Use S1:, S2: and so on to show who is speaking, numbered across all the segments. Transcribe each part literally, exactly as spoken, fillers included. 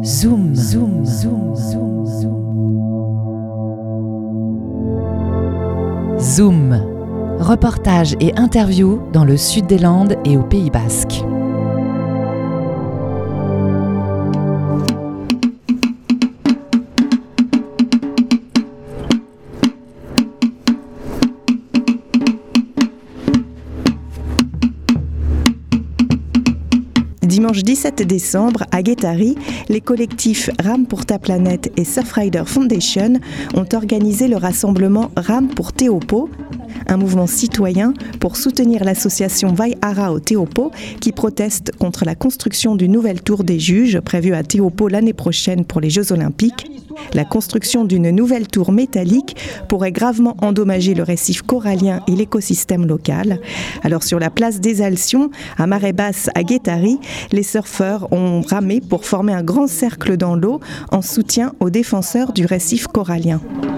S1: Zoom, zoom, zoom, zoom, zoom. Zoom. Reportages et interviews dans le sud des Landes et au Pays Basque.
S2: Dimanche dix-sept décembre, à Guétari, les collectifs RAM pour ta planète et Surfrider Foundation ont organisé le rassemblement RAM pour Teopo, un mouvement citoyen pour soutenir l'association Vaihara au Teopo qui proteste contre la construction d'une nouvelle tour des juges prévue à Teopo l'année prochaine pour les Jeux Olympiques. La construction d'une nouvelle tour métallique pourrait gravement endommager le récif corallien et l'écosystème local. Alors sur la place des Alcions, à marée basse à Guétari, les surfeurs ont ramé pour former un grand cercle dans l'eau en soutien aux défenseurs du récif corallien.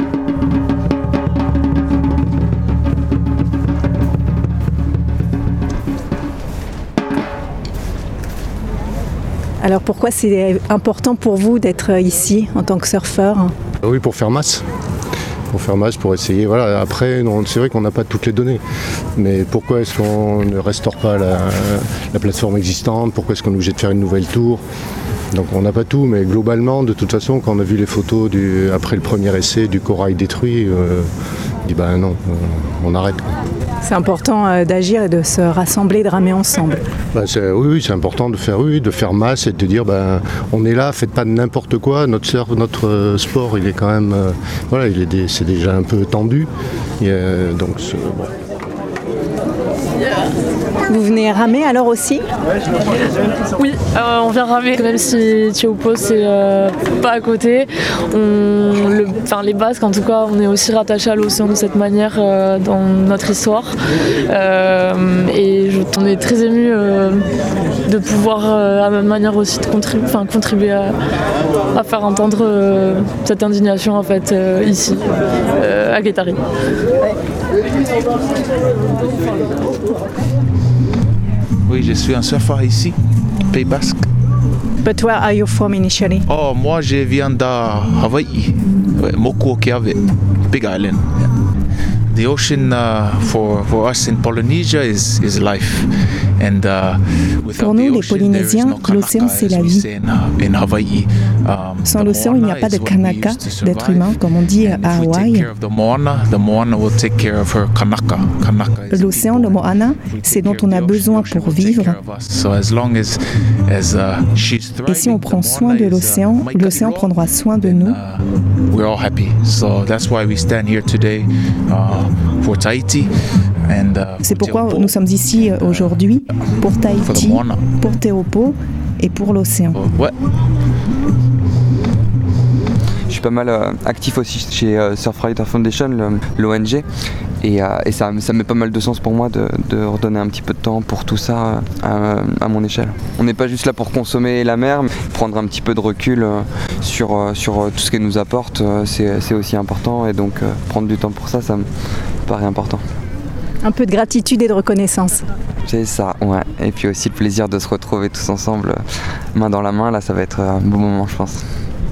S2: Alors pourquoi c'est important pour vous d'être ici en tant que surfeur ?
S3: Oui, pour faire masse. Pour faire masse, pour essayer. Voilà. Après, non, c'est vrai qu'on n'a pas toutes les données. Mais pourquoi est-ce qu'on ne restaure pas la, la plateforme existante ? Pourquoi est-ce qu'on est obligé de faire une nouvelle tour ? Donc on n'a pas tout, mais globalement, de toute façon, quand on a vu les photos du, après le premier essai du corail détruit, euh, on dit ben non, on, on arrête.
S2: C'est important euh, d'agir et de se rassembler, de ramer ensemble.
S3: Ben c'est, oui, oui, c'est important de faire, oui, de faire masse et de dire ben on est là, faites pas n'importe quoi. Notre surf, notre euh, sport, il est quand même, euh, voilà, il est des, c'est déjà un peu tendu. Et, euh, donc c'est, bon.
S2: Vous venez ramer alors aussi ?
S4: Oui, euh, on vient ramer, même si Teopo c'est euh, pas à côté. On, le, enfin, les Basques en tout cas, on est aussi rattachés à l'océan de cette manière euh, dans notre histoire. Euh, et je, on est très émus euh, de pouvoir euh, à ma manière aussi de contribu- enfin, contribuer à, à faire entendre euh, cette indignation en fait euh, ici, euh, à Guétari.
S5: Oui, je suis un surfeur ici, Pays Basque.
S2: But where are you from initially?
S5: Oh, moi je viens d'Hawaï, Mokuokeave, Big Island. The ocean uh, for, for us in Polynesia is, is life. And, uh,
S2: Pour nous, les Polynésiens, l'océan c'est la vie. Sans l'océan, il n'y a pas de kanaka, d'être humain, comme on dit à Hawaï. L'océan, le moana, c'est dont on a besoin pour vivre. Et si on prend soin de l'océan, l'océan prendra soin de nous. C'est pourquoi nous sommes ici aujourd'hui, pour Tahiti, pour Teopo et pour l'océan.
S6: Ouais. Je suis pas mal euh, actif aussi chez euh, Surfrider Foundation, le, l'O N G, et, euh, et ça, ça met pas mal de sens pour moi de, de redonner un petit peu de temps pour tout ça euh, à, à mon échelle. On n'est pas juste là pour consommer la mer, mais prendre un petit peu de recul euh, sur, euh, sur euh, tout ce qu'elle nous apporte, euh, c'est, c'est aussi important, et donc euh, prendre du temps pour ça, ça me paraît important.
S2: Un peu de gratitude et de reconnaissance.
S6: C'est ça, ouais. Et puis aussi le plaisir de se retrouver tous ensemble, main dans la main. Là, ça va être un beau moment, je pense.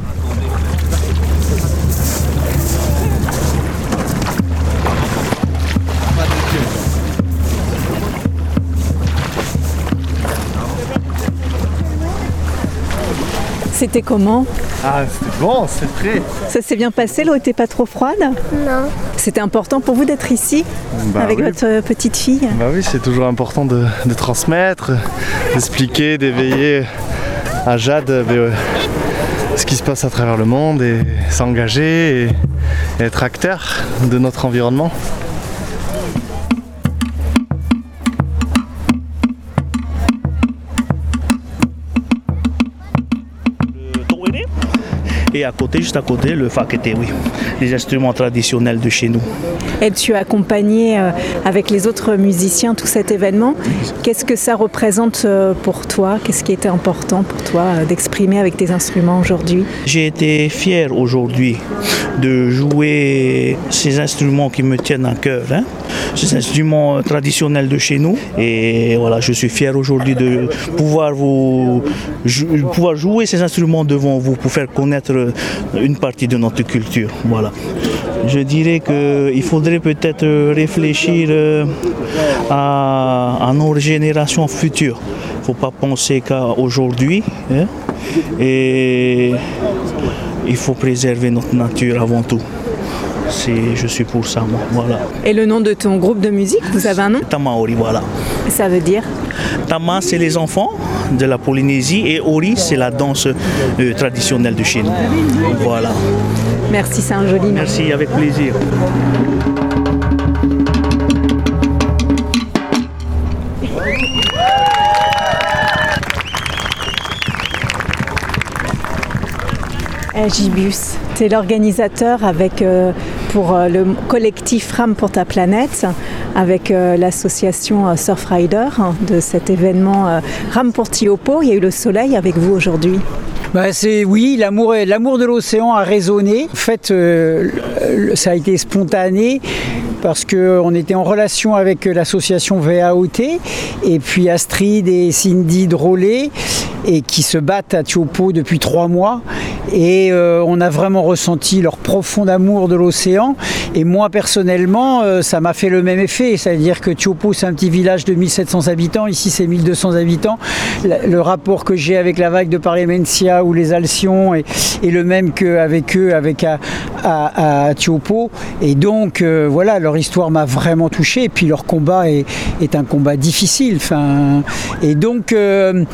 S2: C'était comment ?
S7: Ah, c'était bon, c'est frais.
S2: Ça s'est bien passé, l'eau n'était pas trop froide ?
S8: Non.
S2: C'était important pour vous d'être ici,
S7: bah
S2: avec
S7: oui.
S2: votre petite fille ?
S7: Bah oui, c'est toujours important de, de transmettre, d'expliquer, d'éveiller à Jade euh, ce qui se passe à travers le monde et s'engager et, et être acteur de notre environnement.
S8: Et à côté, juste à côté, le fakete, oui, les instruments traditionnels de chez nous.
S9: Et tu as accompagné euh, avec les autres musiciens tout cet événement. Qu'est-ce que ça représente euh, pour toi? Qu'est-ce qui était important pour toi euh, d'exprimer avec tes instruments aujourd'hui?
S8: J'ai été fier aujourd'hui de jouer ces instruments qui me tiennent à cœur, hein, ces instruments traditionnels de chez nous. Et voilà, je suis fier aujourd'hui de pouvoir, vous, jou- pouvoir jouer ces instruments devant vous pour faire connaître une partie de notre culture. Voilà. Je dirais qu'il faudrait peut-être réfléchir à, à nos générations futures. Il ne faut pas penser qu'à aujourd'hui. Hein, et il faut préserver notre nature avant tout. C'est, je suis pour ça, moi. Voilà.
S9: Et le nom de ton groupe de musique, vous avez un nom?
S8: Tama Ori, voilà.
S9: Ça veut dire?
S8: Tama, c'est les enfants de la Polynésie et Ori, c'est la danse euh, traditionnelle de chez nous. Voilà.
S9: Merci, c'est un joli nom.
S8: Merci, avec plaisir.
S9: Gibus, tu es l'organisateur avec, euh, pour euh, le collectif Rame pour ta planète, avec euh, l'association euh, Surfrider de cet événement euh, Rame pour Teahupo'o. Il y a eu le soleil avec vous aujourd'hui.
S10: Bah c'est, oui, l'amour, l'amour de l'océan a résonné. En fait, euh, ça a été spontané parce qu'on était en relation avec l'association V A O T et puis Astrid et Cindy Drolet et qui se battent à Teahupo'o depuis trois mois. Et euh, on a vraiment ressenti leur profond amour de l'océan. Et moi, personnellement, euh, ça m'a fait le même effet. C'est-à-dire que Teahupo'o, c'est un petit village de mille sept cents habitants. Ici, c'est mille deux cents habitants. Le, le rapport que j'ai avec la vague de Parlemencia ou les Alcyons est, est le même qu'avec eux, avec à, à, à Teahupo'o. Et donc, euh, voilà, leur histoire m'a vraiment touché. Et puis, leur combat est, est un combat difficile. Enfin, et donc, euh,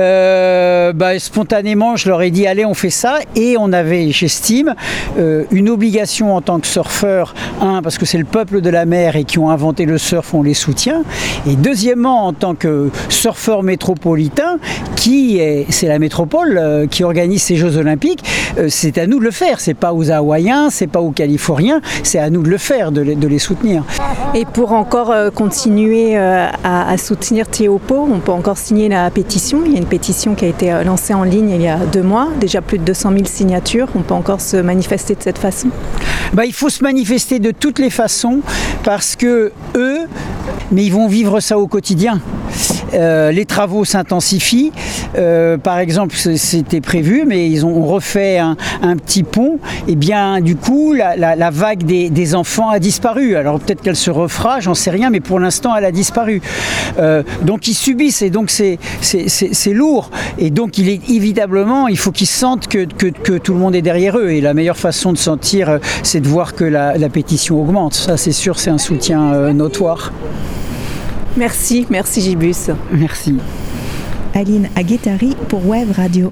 S10: euh, bah, spontanément, je leur ai dit, allez, on fait ça. Et on avait, j'estime, euh, une obligation en tant que surfeur, un, parce que c'est le peuple de la mer et qui ont inventé le surf, on les soutient, et deuxièmement, en tant que surfeur métropolitain, qui est, c'est la métropole euh, qui organise ces Jeux Olympiques, euh, c'est à nous de le faire, c'est pas aux Hawaïens, c'est pas aux Californiens, c'est à nous de le faire, de les, de les soutenir.
S9: Et pour encore euh, continuer euh, à, à soutenir Teahupo'o, on peut encore signer la pétition. Il y a une pétition qui a été euh, lancée en ligne il y a deux mois, déjà plus de deux cent mille signatures. On peut encore se manifester de cette façon?
S10: Bah, il faut se manifester de toutes les façons parce que eux, mais ils vont vivre ça au quotidien. Euh, les travaux s'intensifient. Euh, par exemple, c'était prévu, mais ils ont refait un, un petit pont. Et bien, du coup, la, la, la vague des, des enfants a disparu. Alors peut-être qu'elle se refera, j'en sais rien, mais pour l'instant, elle a disparu. Euh, donc ils subissent, et donc c'est, c'est, c'est, c'est lourd. Et donc, il est évitablement, il faut qu'ils sentent que, que, que tout le monde est derrière eux. Et la meilleure façon de sentir, c'est de voir que la, la pétition augmente. Ça, c'est sûr, c'est un soutien euh, notoire.
S9: Merci, merci Gibus.
S10: Merci.
S2: Aline Aguetari pour Web Radio.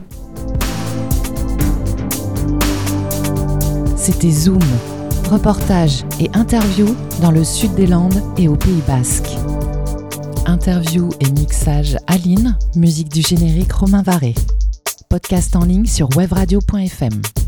S1: C'était Zoom, reportage et interview dans le sud des Landes et au Pays Basque. Interview et mixage Aline, musique du générique Romain Varé. Podcast en ligne sur webradio point f m.